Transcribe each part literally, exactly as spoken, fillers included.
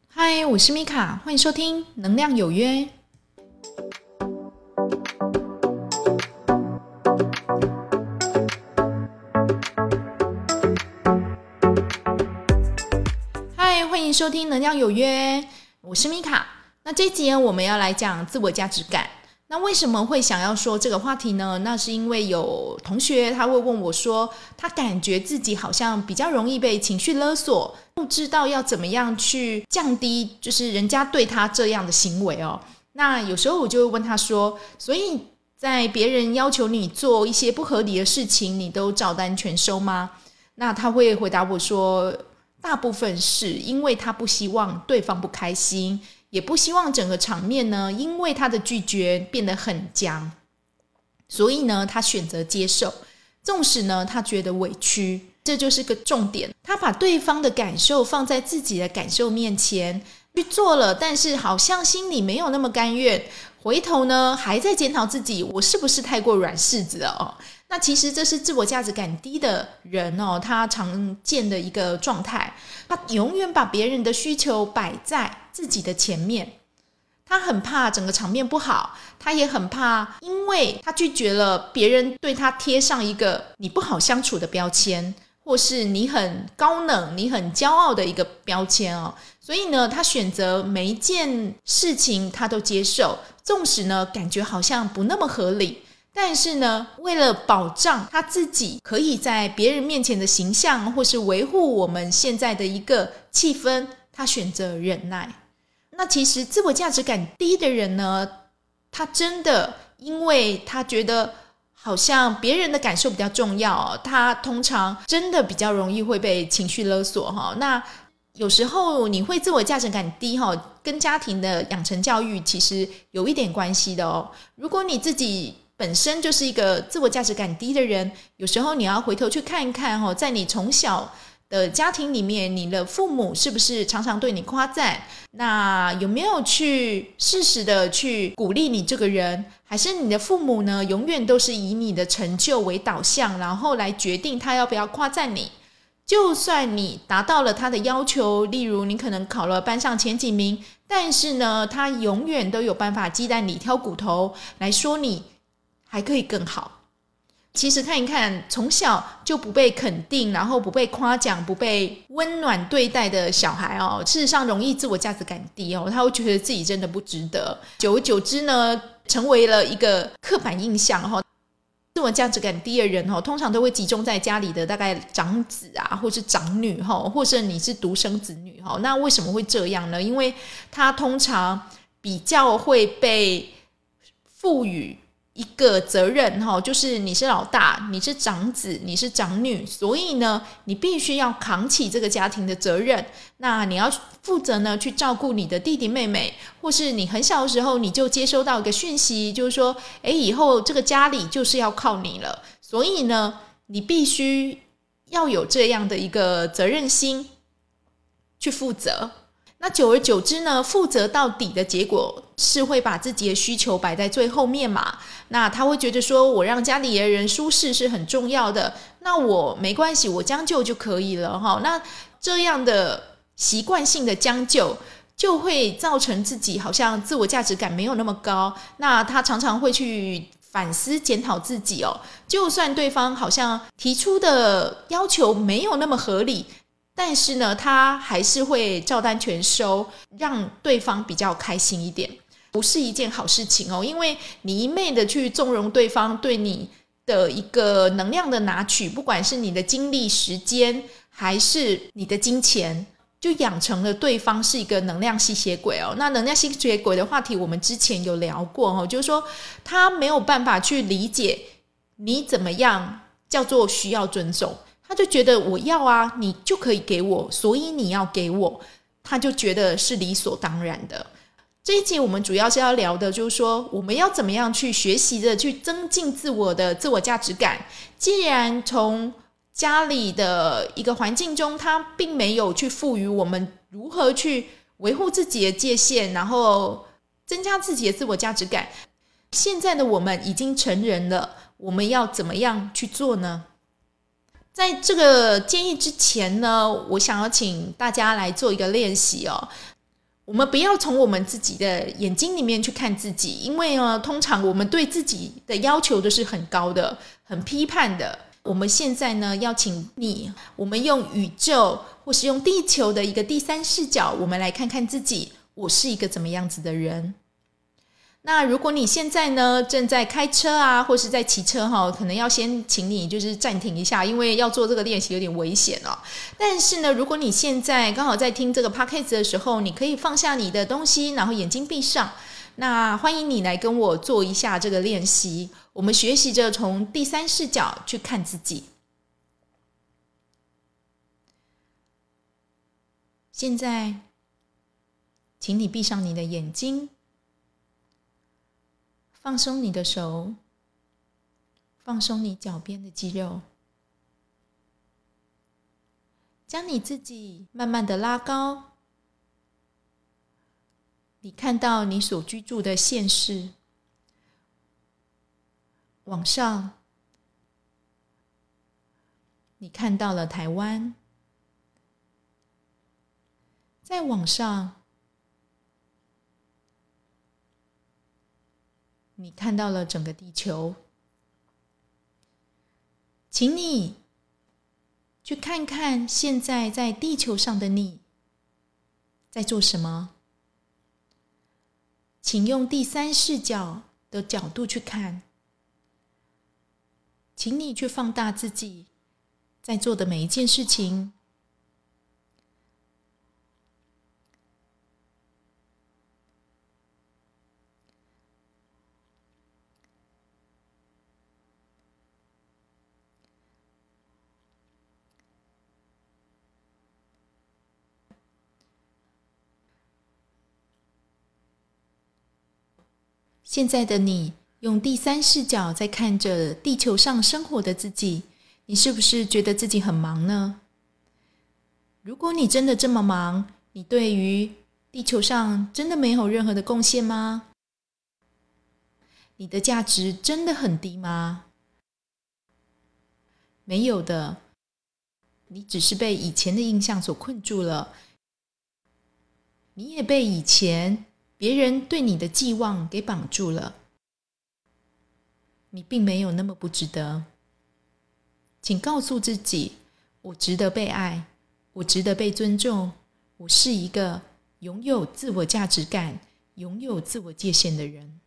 嗨，我是米卡，欢迎收听能量有约。嗨，欢迎收听能量有约，我是米卡。那这一集我们要来讲自我价值感。那为什么会想要说这个话题呢？那是因为有同学他会问我说，他感觉自己好像比较容易被情绪勒索，不知道要怎么样去降低就是人家对他这样的行为哦。那有时候我就会问他说，所以在别人要求你做一些不合理的事情，你都照单全收吗？那他会回答我说，大部分是因为他不希望对方不开心，也不希望整个场面呢因为他的拒绝变得很僵，所以呢他选择接受，纵使呢他觉得委屈。这就是个重点，他把对方的感受放在自己的感受面前去做了，但是好像心里没有那么甘愿，回头呢还在检讨自己，我是不是太过软柿子了哦？那其实这是自我价值感低的人哦，他常见的一个状态，他永远把别人的需求摆在自己的前面，他很怕整个场面不好，他也很怕因为他拒绝了别人对他贴上一个你不好相处的标签，或是你很高冷你很骄傲的一个标签哦。所以呢他选择每一件事情他都接受，纵使呢感觉好像不那么合理，但是呢为了保障他自己可以在别人面前的形象，或是维护我们现在的一个气氛，他选择忍耐。那其实自我价值感低的人呢，他真的因为他觉得好像别人的感受比较重要，他通常真的比较容易会被情绪勒索。那有时候你会自我价值感低，跟家庭的养成教育其实有一点关系的哦。如果你自己本身就是一个自我价值感低的人，有时候你要回头去看一看，在你从小的家庭里面，你的父母是不是常常对你夸赞？那有没有去适时的去鼓励你这个人？还是你的父母呢，永远都是以你的成就为导向，然后来决定他要不要夸赞你？就算你达到了他的要求，例如你可能考了班上前几名，但是呢，他永远都有办法鸡蛋里挑骨头来说你还可以更好。其实看一看从小就不被肯定，然后不被夸奖，不被温暖对待的小孩哦，事实上容易自我价值感低哦，他会觉得自己真的不值得，久而久之呢成为了一个刻板印象哦。自我价值感低的人哦，通常都会集中在家里的大概长子啊，或是长女哦，或是你是独生子女哦。那为什么会这样呢？因为他通常比较会被赋予一个责任，就是你是老大，你是长子，你是长女，所以呢你必须要扛起这个家庭的责任。那你要负责呢去照顾你的弟弟妹妹，或是你很小的时候你就接收到一个讯息，就是说诶以后这个家里就是要靠你了，所以呢你必须要有这样的一个责任心去负责。那久而久之呢，负责到底的结果是会把自己的需求摆在最后面嘛。那他会觉得说，我让家里的人舒适是很重要的，那我没关系，我将就就可以了。那这样的习惯性的将就，就会造成自己好像自我价值感没有那么高。那他常常会去反思检讨自己哦，就算对方好像提出的要求没有那么合理，但是呢他还是会照单全收，让对方比较开心一点，不是一件好事情哦。因为你一昧的去纵容对方对你的一个能量的拿取，不管是你的精力时间还是你的金钱，就养成了对方是一个能量吸血鬼哦。那能量吸血鬼的话题我们之前有聊过哦，就是说他没有办法去理解你怎么样叫做需要尊重，他就觉得我要啊，你就可以给我，所以你要给我，他就觉得是理所当然的。这一集我们主要是要聊的就是说，我们要怎么样去学习的去增进自我的自我价值感。既然从家里的一个环境中，他并没有去赋予我们如何去维护自己的界限，然后增加自己的自我价值感，现在的我们已经成人了，我们要怎么样去做呢？在这个建议之前呢，我想要请大家来做一个练习哦。 我们不要从我们自己的眼睛里面去看自己，因为呢，通常我们对自己的要求都是很高的，很批判的。我们现在呢，要请你，我们用宇宙或是用地球的一个第三视角，我们来看看自己，我是一个怎么样子的人。那如果你现在呢正在开车啊，或是在骑车哈，可能要先请你就是暂停一下，因为要做这个练习有点危险哦。但是呢，如果你现在刚好在听这个 podcast 的时候，你可以放下你的东西，然后眼睛闭上。那欢迎你来跟我做一下这个练习，我们学习着从第三视角去看自己。现在，请你闭上你的眼睛。放松你的手，放松你脚边的肌肉，将你自己慢慢的拉高。你看到你所居住的县市，往上，你看到了台湾，再往上，你看到了整个地球。请你去看看现在在地球上的你在做什么，请用第三视角的角度去看，请你去放大自己在做的每一件事情。现在的你用第三视角在看着地球上生活的自己，你是不是觉得自己很忙呢？如果你真的这么忙，你对于地球上真的没有任何的贡献吗？你的价值真的很低吗？没有的，你只是被以前的印象所困住了，你也被以前别人对你的寄望给绑住了，你并没有那么不值得。请告诉自己，我值得被爱，我值得被尊重，我是一个拥有自我价值感、拥有自我界限的人。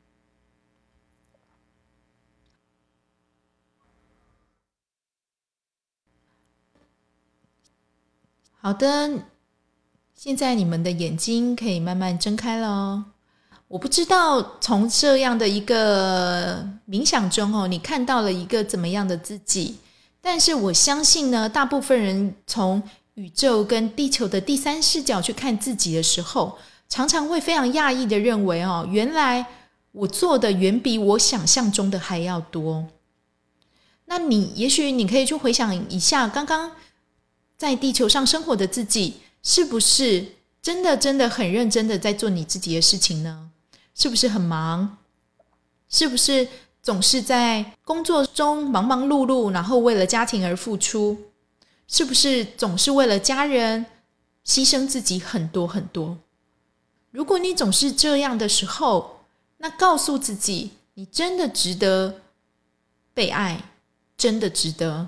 好的，现在你们的眼睛可以慢慢睁开了哦。我不知道从这样的一个冥想中哦，你看到了一个怎么样的自己，但是我相信呢，大部分人从宇宙跟地球的第三视角去看自己的时候，常常会非常讶异的认为哦，原来我做的远比我想象中的还要多。那你也许你可以去回想一下，刚刚在地球上生活的自己，是不是真的真的很认真的在做你自己的事情呢？是不是很忙？是不是总是在工作中忙忙碌碌，然后为了家庭而付出？是不是总是为了家人牺牲自己很多很多？如果你总是这样的时候，那告诉自己，你真的值得被爱，真的值得。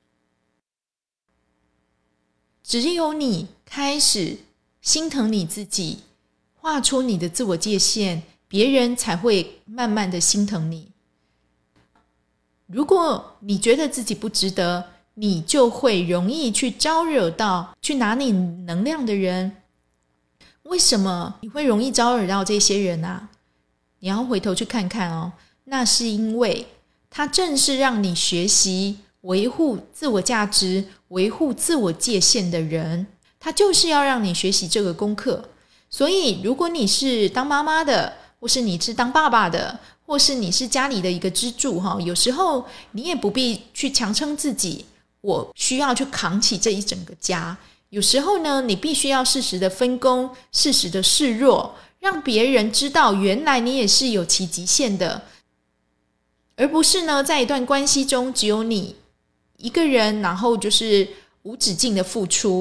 只有你开始心疼你自己，画出你的自我界限，别人才会慢慢的心疼你。如果你觉得自己不值得，你就会容易去招惹到去拿你能量的人。为什么你会容易招惹到这些人啊？你要回头去看看哦，那是因为他正是让你学习维护自我价值、维护自我界限的人，他就是要让你学习这个功课。所以如果你是当妈妈的，或是你是当爸爸的，或是你是家里的一个支柱，有时候你也不必去强撑自己，我需要去扛起这一整个家。有时候呢，你必须要适时的分工，适时的示弱，让别人知道原来你也是有其极限的，而不是呢在一段关系中只有你一个人，然后就是无止境的付出。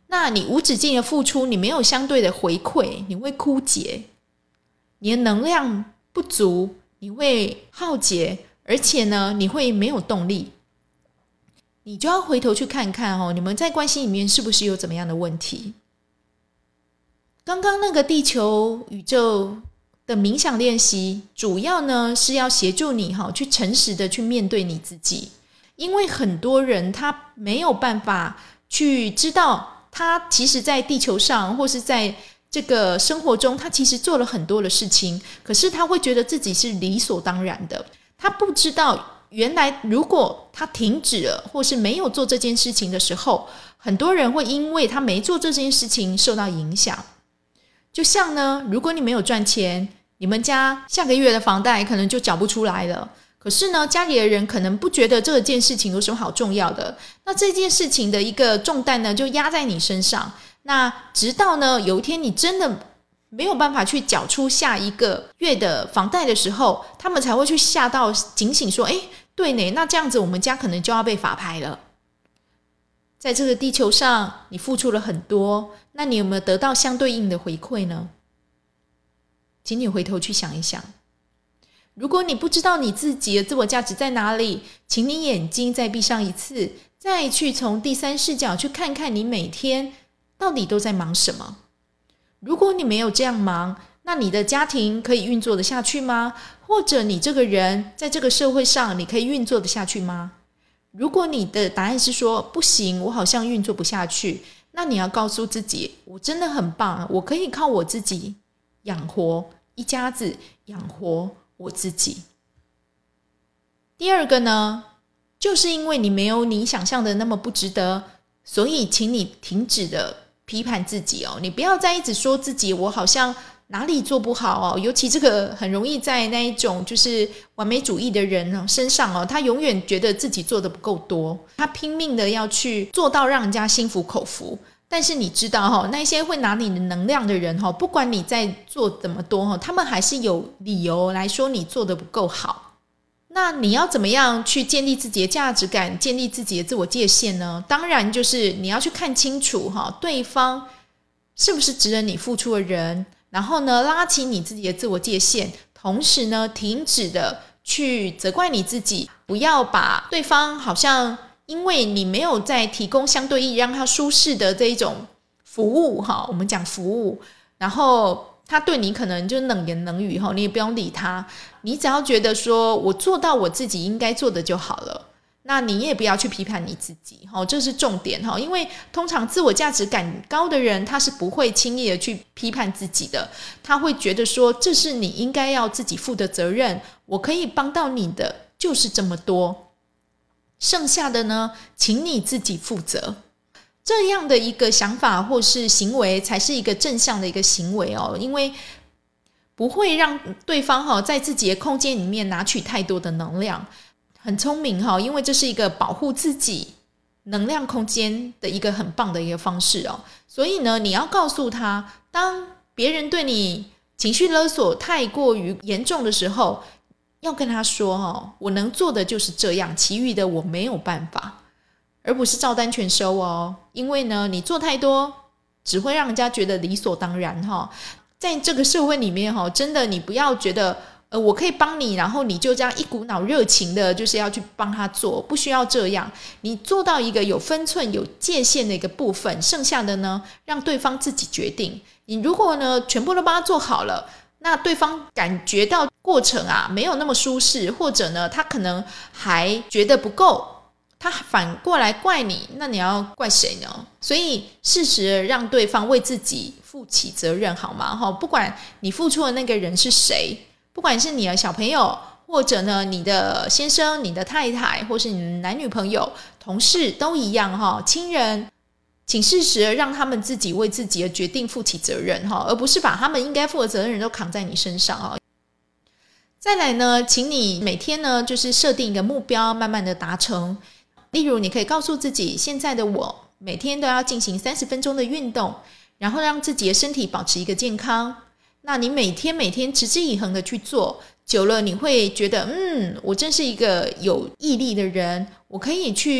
那你无止境的付出，你没有相对的回馈，你会枯竭，你的能量不足，你会耗竭，而且呢，你会没有动力。你就要回头去看看哦，你们在关系里面是不是有怎么样的问题？刚刚那个地球宇宙的冥想练习，主要呢是要协助你哈，去诚实的去面对你自己，因为很多人他没有办法去知道，他其实在地球上或是在这个生活中，他其实做了很多的事情，可是他会觉得自己是理所当然的，他不知道原来如果他停止了或是没有做这件事情的时候，很多人会因为他没做这件事情受到影响。就像呢，如果你没有赚钱，你们家下个月的房贷可能就缴不出来了，可是呢，家里的人可能不觉得这件事情有什么好重要的，那这件事情的一个重担呢就压在你身上，那直到呢有一天你真的没有办法去缴出下一个月的房贷的时候，他们才会去吓到警醒说，诶，对呢，那这样子我们家可能就要被法拍了。在这个地球上你付出了很多，那你有没有得到相对应的回馈呢？请你回头去想一想，如果你不知道你自己的自我价值在哪里，请你眼睛再闭上一次，再去从第三视角去看看你每天到底都在忙什么。如果你没有这样忙，那你的家庭可以运作得下去吗？或者你这个人在这个社会上你可以运作得下去吗？如果你的答案是说不行，我好像运作不下去，那你要告诉自己，我真的很棒，我可以靠我自己养活一家子，养活我自己。第二个呢，就是因为你没有你想象的那么不值得，所以请你停止的批判自己哦，你不要再一直说自己我好像哪里做不好哦，尤其这个很容易在那一种就是完美主义的人身上哦，他永远觉得自己做的不够多，他拼命的要去做到让人家心服口服。但是你知道哦，那些会拿你的能量的人哦，不管你在做怎么多哦，他们还是有理由来说你做的不够好。那你要怎么样去建立自己的价值感，建立自己的自我界限呢？当然就是你要去看清楚哈，对方是不是值得你付出的人，然后呢，拉起你自己的自我界限，同时呢，停止的去责怪你自己，不要把对方好像因为你没有在提供相对应让他舒适的这一种服务哈，我们讲服务，然后他对你可能就冷言冷语，你也不用理他，你只要觉得说我做到我自己应该做的就好了，那你也不要去批判你自己，这是重点。因为通常自我价值感高的人，他是不会轻易的去批判自己的，他会觉得说这是你应该要自己负的责任，我可以帮到你的就是这么多，剩下的呢请你自己负责。这样的一个想法或是行为才是一个正向的一个行为哦，因为不会让对方在自己的空间里面拿取太多的能量，很聪明，因为这是一个保护自己能量空间的一个很棒的一个方式哦。所以呢，你要告诉他，当别人对你情绪勒索太过于严重的时候，要跟他说哦，我能做的就是这样，其余的我没有办法，而不是照单全收哦。因为呢，你做太多只会让人家觉得理所当然哈。在这个社会里面哈，真的你不要觉得呃，我可以帮你，然后你就这样一股脑热情的就是要去帮他做，不需要这样。你做到一个有分寸有界限的一个部分，剩下的呢让对方自己决定。你如果呢全部都帮他做好了，那对方感觉到过程啊没有那么舒适，或者呢他可能还觉得不够，他反过来怪你，那你要怪谁呢？所以适时让对方为自己负起责任好吗？不管你付出的那个人是谁，不管是你的小朋友，或者呢你的先生、你的太太，或是你的男女朋友、同事都一样，亲人，请适时让他们自己为自己的决定负起责任，而不是把他们应该负的责任都扛在你身上。再来呢，请你每天呢就是设定一个目标，慢慢的达成。例如你可以告诉自己，现在的我每天都要进行三十分钟的运动，然后让自己的身体保持一个健康。那你每天每天持之以恒的去做，久了你会觉得嗯，我真是一个有毅力的人，我可以去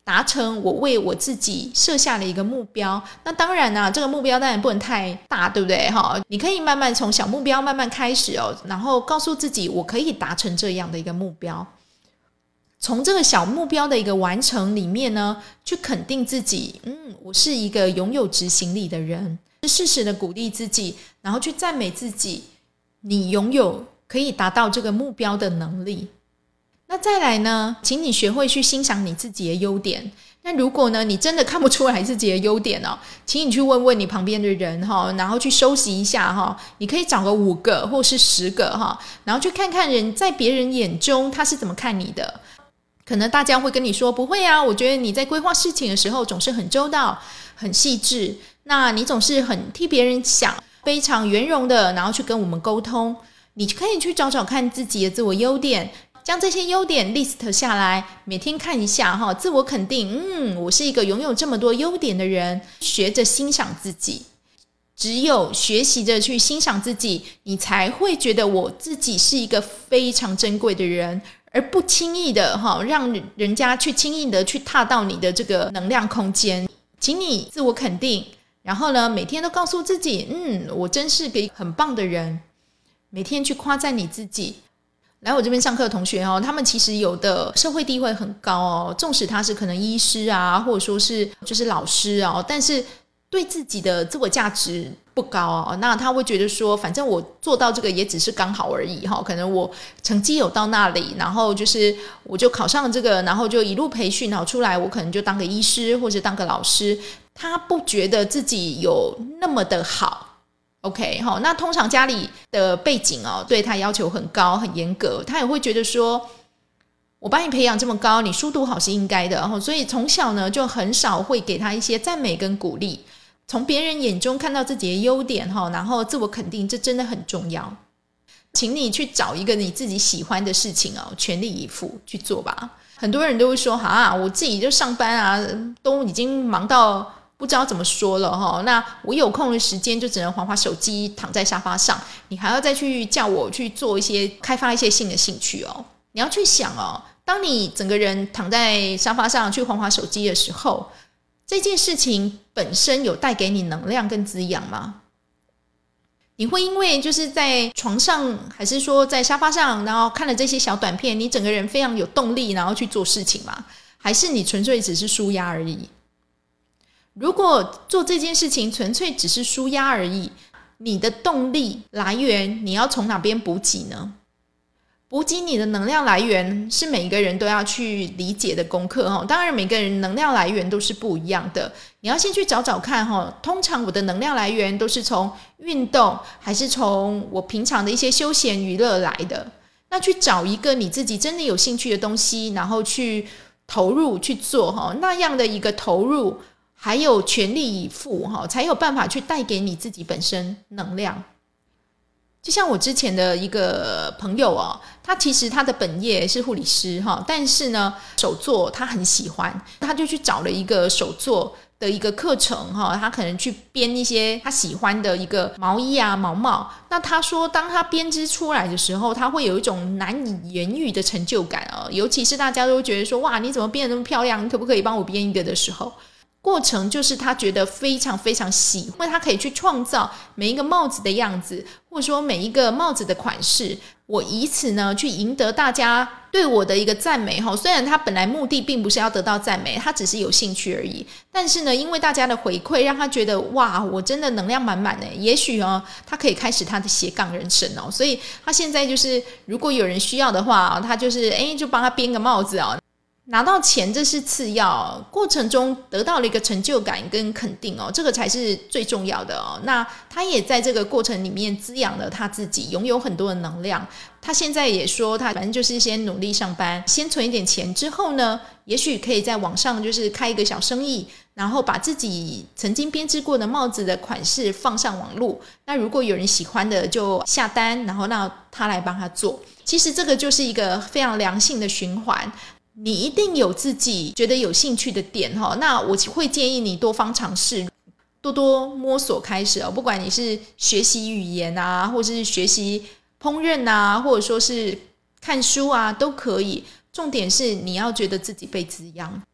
达成我为我自己设下的一个目标。那当然啊，这个目标当然不能太大，对不对？你可以慢慢从小目标慢慢开始哦，然后告诉自己我可以达成这样的一个目标。从这个小目标的一个完成里面呢，去肯定自己，嗯，我是一个拥有执行力的人，适时的鼓励自己，然后去赞美自己，你拥有可以达到这个目标的能力。那再来呢，请你学会去欣赏你自己的优点。那如果呢，你真的看不出来自己的优点哦，请你去问问你旁边的人，然后去收集一下，你可以找个五个或是十个，然后去看看人在别人眼中他是怎么看你的。可能大家会跟你说，不会啊，我觉得你在规划事情的时候总是很周到很细致，那你总是很替别人想，非常圆融的然后去跟我们沟通。你可以去找找看自己的自我优点，将这些优点 list 下来，每天看一下，自我肯定，嗯，我是一个拥有这么多优点的人，学着欣赏自己。只有学习着去欣赏自己，你才会觉得我自己是一个非常珍贵的人，而不轻易的让人家去轻易的去踏到你的这个能量空间。请你自我肯定，然后呢，每天都告诉自己，嗯，我真是个很棒的人，每天去夸赞你自己。来我这边上课的同学哦，他们其实有的社会地位很高哦，纵使他是可能医师啊，或者说是就是老师哦，但是对自己的自我价值不高哦，那他会觉得说，反正我做到这个也只是刚好而已哈，可能我成绩有到那里，然后就是我就考上这个，然后就一路培训，然后出来我可能就当个医师或者当个老师，他不觉得自己有那么的好。OK， 那通常家里的背景哦，对他要求很高很严格，他也会觉得说，我把你培养这么高，你书读好是应该的，所以从小呢就很少会给他一些赞美跟鼓励。从别人眼中看到自己的优点，然后自我肯定，这真的很重要。请你去找一个你自己喜欢的事情哦，全力以赴去做吧。很多人都会说，啊，我自己就上班啊，都已经忙到不知道怎么说了，那我有空的时间就只能滑滑手机，躺在沙发上，你还要再去叫我去做一些开发一些新的兴趣哦。你要去想哦，当你整个人躺在沙发上去滑滑手机的时候，这件事情本身有带给你能量跟滋养吗？你会因为就是在床上还是说在沙发上，然后看了这些小短片，你整个人非常有动力然后去做事情吗？还是你纯粹只是抒压而已？如果做这件事情纯粹只是抒压而已，你的动力来源你要从哪边补给呢？补给你的能量来源是每一个人都要去理解的功课，当然每个人能量来源都是不一样的，你要先去找找看，通常我的能量来源都是从运动还是从我平常的一些休闲娱乐来的。那去找一个你自己真的有兴趣的东西，然后去投入去做，那样的一个投入还有全力以赴，才有办法去带给你自己本身能量。就像我之前的一个朋友哦，他其实他的本业是护理师，但是呢手作他很喜欢，他就去找了一个手作的一个课程，他可能去编一些他喜欢的一个毛衣啊毛帽。那他说当他编织出来的时候，他会有一种难以言喻的成就感哦，尤其是大家都觉得说，哇，你怎么编得那么漂亮，你可不可以帮我编一个的时候，过程就是他觉得非常非常喜，因为他可以去创造每一个帽子的样子，或者说每一个帽子的款式，我以此呢去赢得大家对我的一个赞美。虽然他本来目的并不是要得到赞美，他只是有兴趣而已，但是呢因为大家的回馈让他觉得，哇，我真的能量满满耶，也许哦他可以开始他的斜杠人生哦。所以他现在就是如果有人需要的话，他就是哎就帮他编个帽子哦，拿到钱这是次要，过程中得到了一个成就感跟肯定哦，这个才是最重要的哦。那他也在这个过程里面滋养了他自己，拥有很多的能量。他现在也说，他反正就是先努力上班，先存一点钱之后呢，也许可以在网上就是开一个小生意，然后把自己曾经编织过的帽子的款式放上网路。那如果有人喜欢的就下单，然后让他来帮他做。其实这个就是一个非常良性的循环。你一定有自己觉得有兴趣的点，那我会建议你多方尝试，多多摸索开始，不管你是学习语言啊，或者是学习烹饪啊，或者说是看书啊，都可以。重点是你要觉得自己被滋养。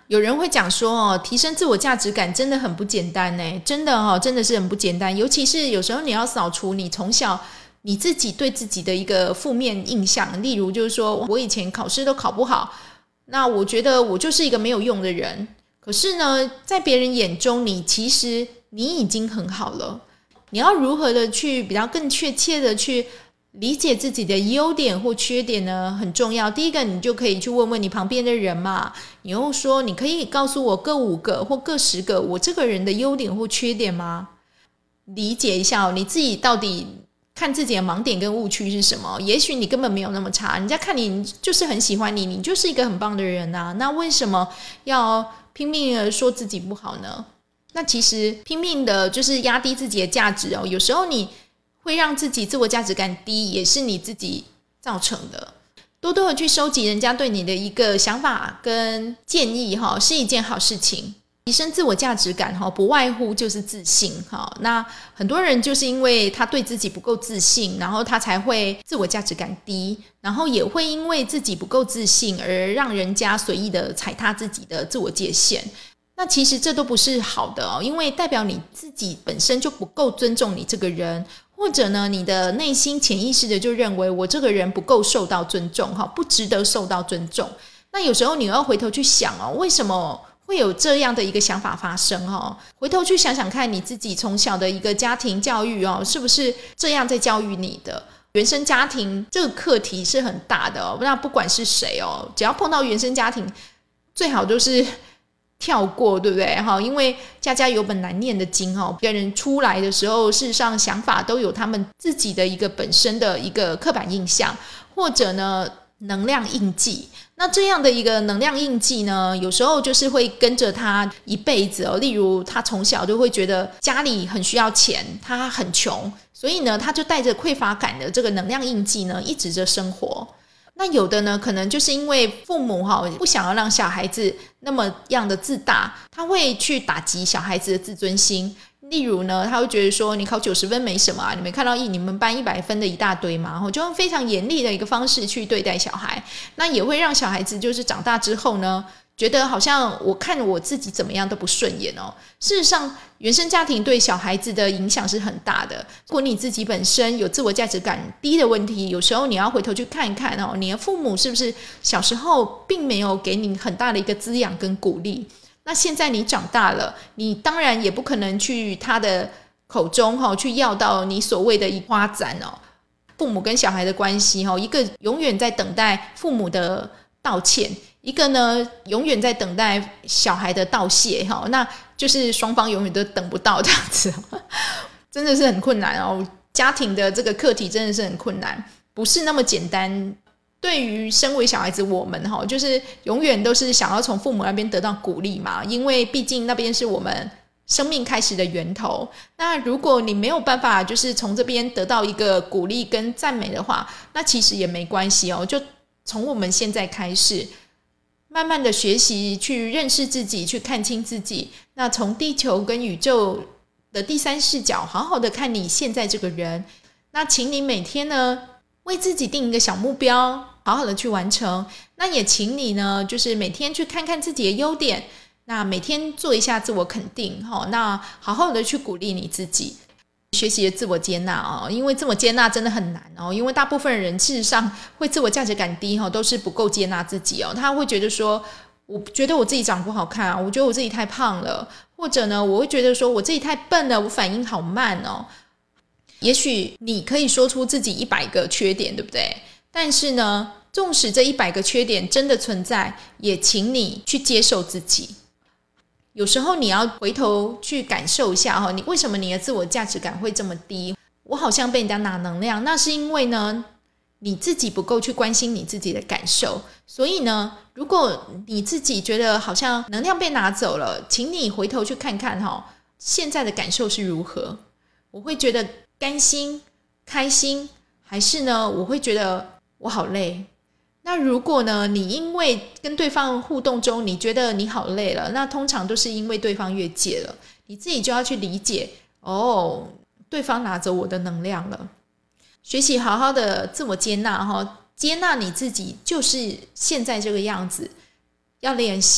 有人会讲说哦，提升自我价值感真的很不简单呢，真的哦，真的是很不简单。尤其是有时候你要扫除你从小你自己对自己的一个负面印象，例如就是说我以前考试都考不好，那我觉得我就是一个没有用的人。可是呢，在别人眼中，你其实你已经很好了。你要如何的去比较更确切的去理解自己的优点或缺点呢？很重要。第一个，你就可以去问问你旁边的人嘛，你又说你可以告诉我各五个或各十个我这个人的优点或缺点吗？理解一下哦，你自己到底看自己的盲点跟误区是什么？也许你根本没有那么差，人家看你就是很喜欢你，你就是一个很棒的人啊，那为什么要拼命的说自己不好呢？那其实拼命的就是压低自己的价值哦，有时候你会让自己自我价值感低，也是你自己造成的。多多的去收集人家对你的一个想法跟建议是一件好事情。提升自我价值感不外乎就是自信。那很多人就是因为他对自己不够自信，然后他才会自我价值感低，然后也会因为自己不够自信而让人家随意的踩踏自己的自我界限。那其实这都不是好的哦，因为代表你自己本身就不够尊重你这个人，或者呢你的内心潜意识的就认为我这个人不够受到尊重，不值得受到尊重。那有时候你要回头去想哦，为什么会有这样的一个想法发生哦？回头去想想看你自己从小的一个家庭教育哦，是不是这样在教育你的？原生家庭这个课题是很大的哦，那不管是谁哦，只要碰到原生家庭，最好就是跳过，对不对？因为家家有本难念的经，一个人出来的时候，事实上想法都有他们自己的一个本身的一个刻板印象，或者呢能量印记。那这样的一个能量印记呢，有时候就是会跟着他一辈子哦。例如他从小就会觉得家里很需要钱，他很穷，所以呢他就带着匮乏感的这个能量印记呢一直着生活。那有的呢可能就是因为父母不想要让小孩子那么样的自大，他会去打击小孩子的自尊心。例如呢他会觉得说你考九十分没什么啊，你没看到你们班一百分的一大堆吗？就用非常严厉的一个方式去对待小孩。那也会让小孩子就是长大之后呢觉得好像我看我自己怎么样都不顺眼哦。事实上原生家庭对小孩子的影响是很大的。如果你自己本身有自我价值感低的问题，有时候你要回头去看一看哦，你的父母是不是小时候并没有给你很大的一个滋养跟鼓励。那现在你长大了，你当然也不可能去他的口中、哦、去要到你所谓的夸赞哦。父母跟小孩的关系、哦、一个永远在等待父母的道歉，一个呢永远在等待小孩的道谢、哦、那就是双方永远都等不到这样子、哦、真的是很困难哦。家庭的这个课题真的是很困难，不是那么简单。对于身为小孩子我们就是永远都是想要从父母那边得到鼓励嘛，因为毕竟那边是我们生命开始的源头。那如果你没有办法就是从这边得到一个鼓励跟赞美的话，那其实也没关系哦，就从我们现在开始慢慢的学习去认识自己，去看清自己，那从地球跟宇宙的第三视角好好的看你现在这个人。那请你每天呢为自己定一个小目标，好好的去完成。那也请你呢就是每天去看看自己的优点，那每天做一下自我肯定、哦、那好好的去鼓励你自己，学习自我接纳、哦、因为自我接纳真的很难、哦、因为大部分人事实上会自我价值感低、哦、都是不够接纳自己、哦、他会觉得说我觉得我自己长不好看、啊、我觉得我自己太胖了，或者呢我会觉得说我自己太笨了，我反应好慢哦。也许你可以说出自己一百个缺点，对不对？但是呢纵使这一百个缺点真的存在，也请你去接受自己。有时候你要回头去感受一下，你为什么你的自我价值感会这么低，我好像被人家拿能量，那是因为呢你自己不够去关心你自己的感受。所以呢如果你自己觉得好像能量被拿走了，请你回头去看看现在的感受是如何。我会觉得甘心开心，还是呢我会觉得我好累。那如果呢你因为跟对方互动中你觉得你好累了，那通常都是因为对方越界了，你自己就要去理解哦，对方拿走我的能量了。学习好好的自我接纳，接纳你自己就是现在这个样子，要练习。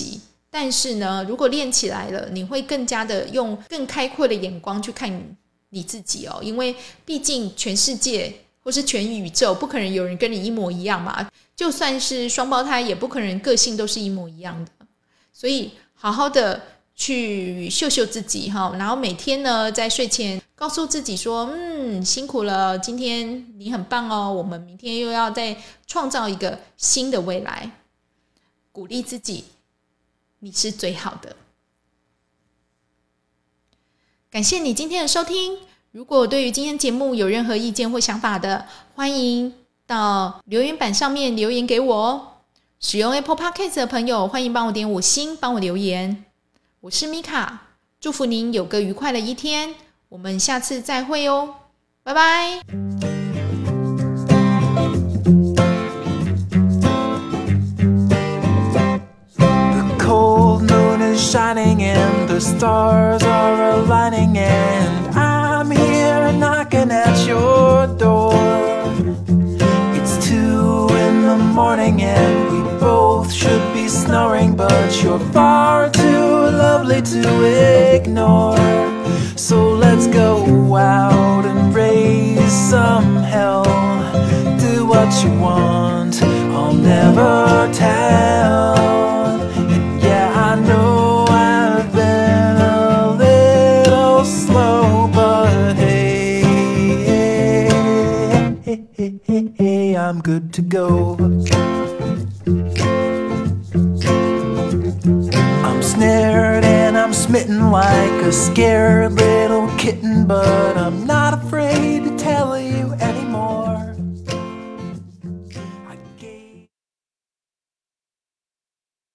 但是呢，如果练起来了，你会更加的用更开阔的眼光去看你自己哦，因为毕竟全世界或是全宇宙不可能有人跟你一模一样嘛，就算是双胞胎也不可能个性都是一模一样的，所以好好的去秀秀自己哈，然后每天呢在睡前告诉自己说，嗯，辛苦了，今天你很棒哦，我们明天又要再创造一个新的未来，鼓励自己，你是最好的。感谢你今天的收听，如果对于今天节目有任何意见或想法的，欢迎到留言板上面留言给我哦。使用 Apple Podcast 的朋友，欢迎帮我点五星，帮我留言。我是米卡，祝福您有个愉快的一天，我们下次再会哦，拜拜。 Shining and the stars are aligning, and I'm here knocking at your door. It's two in the morning and we both should be snoring, but you're far too lovely to ignore. So let's go out and raise some hell. Do what you want, I'll never tell. And yeah, I know I'm good to go. I'm snared and I'm smitten like a scared little kitten, but I'm not afraid.